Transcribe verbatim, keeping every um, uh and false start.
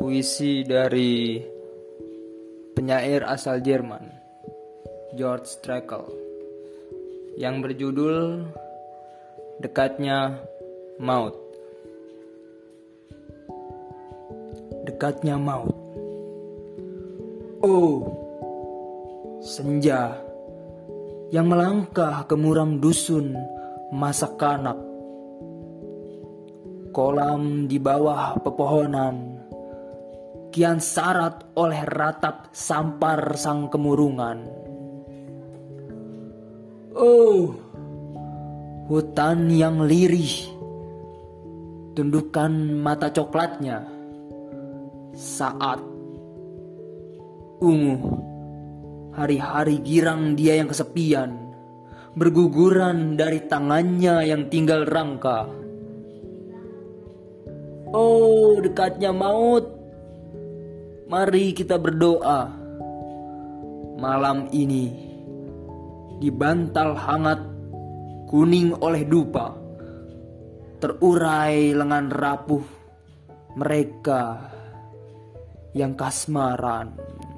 Puisi dari penyair asal Jerman, George Trakl, yang berjudul Dekatnya Maut. Dekatnya maut. Oh, senja yang melangkah ke muram dusun masa kanak. Kolam di bawah pepohonan kian syarat oleh ratap sampar sang kemurungan. Oh, hutan yang lirih, tundukan mata coklatnya saat ungu. Hari-hari girang dia yang kesepian, berguguran dari tangannya yang tinggal rangka. Oh, dekatnya maut. Mari kita berdoa. Malam ini di bantal hangat kuning oleh dupa, terurai lengan rapuh mereka yang kasmaran.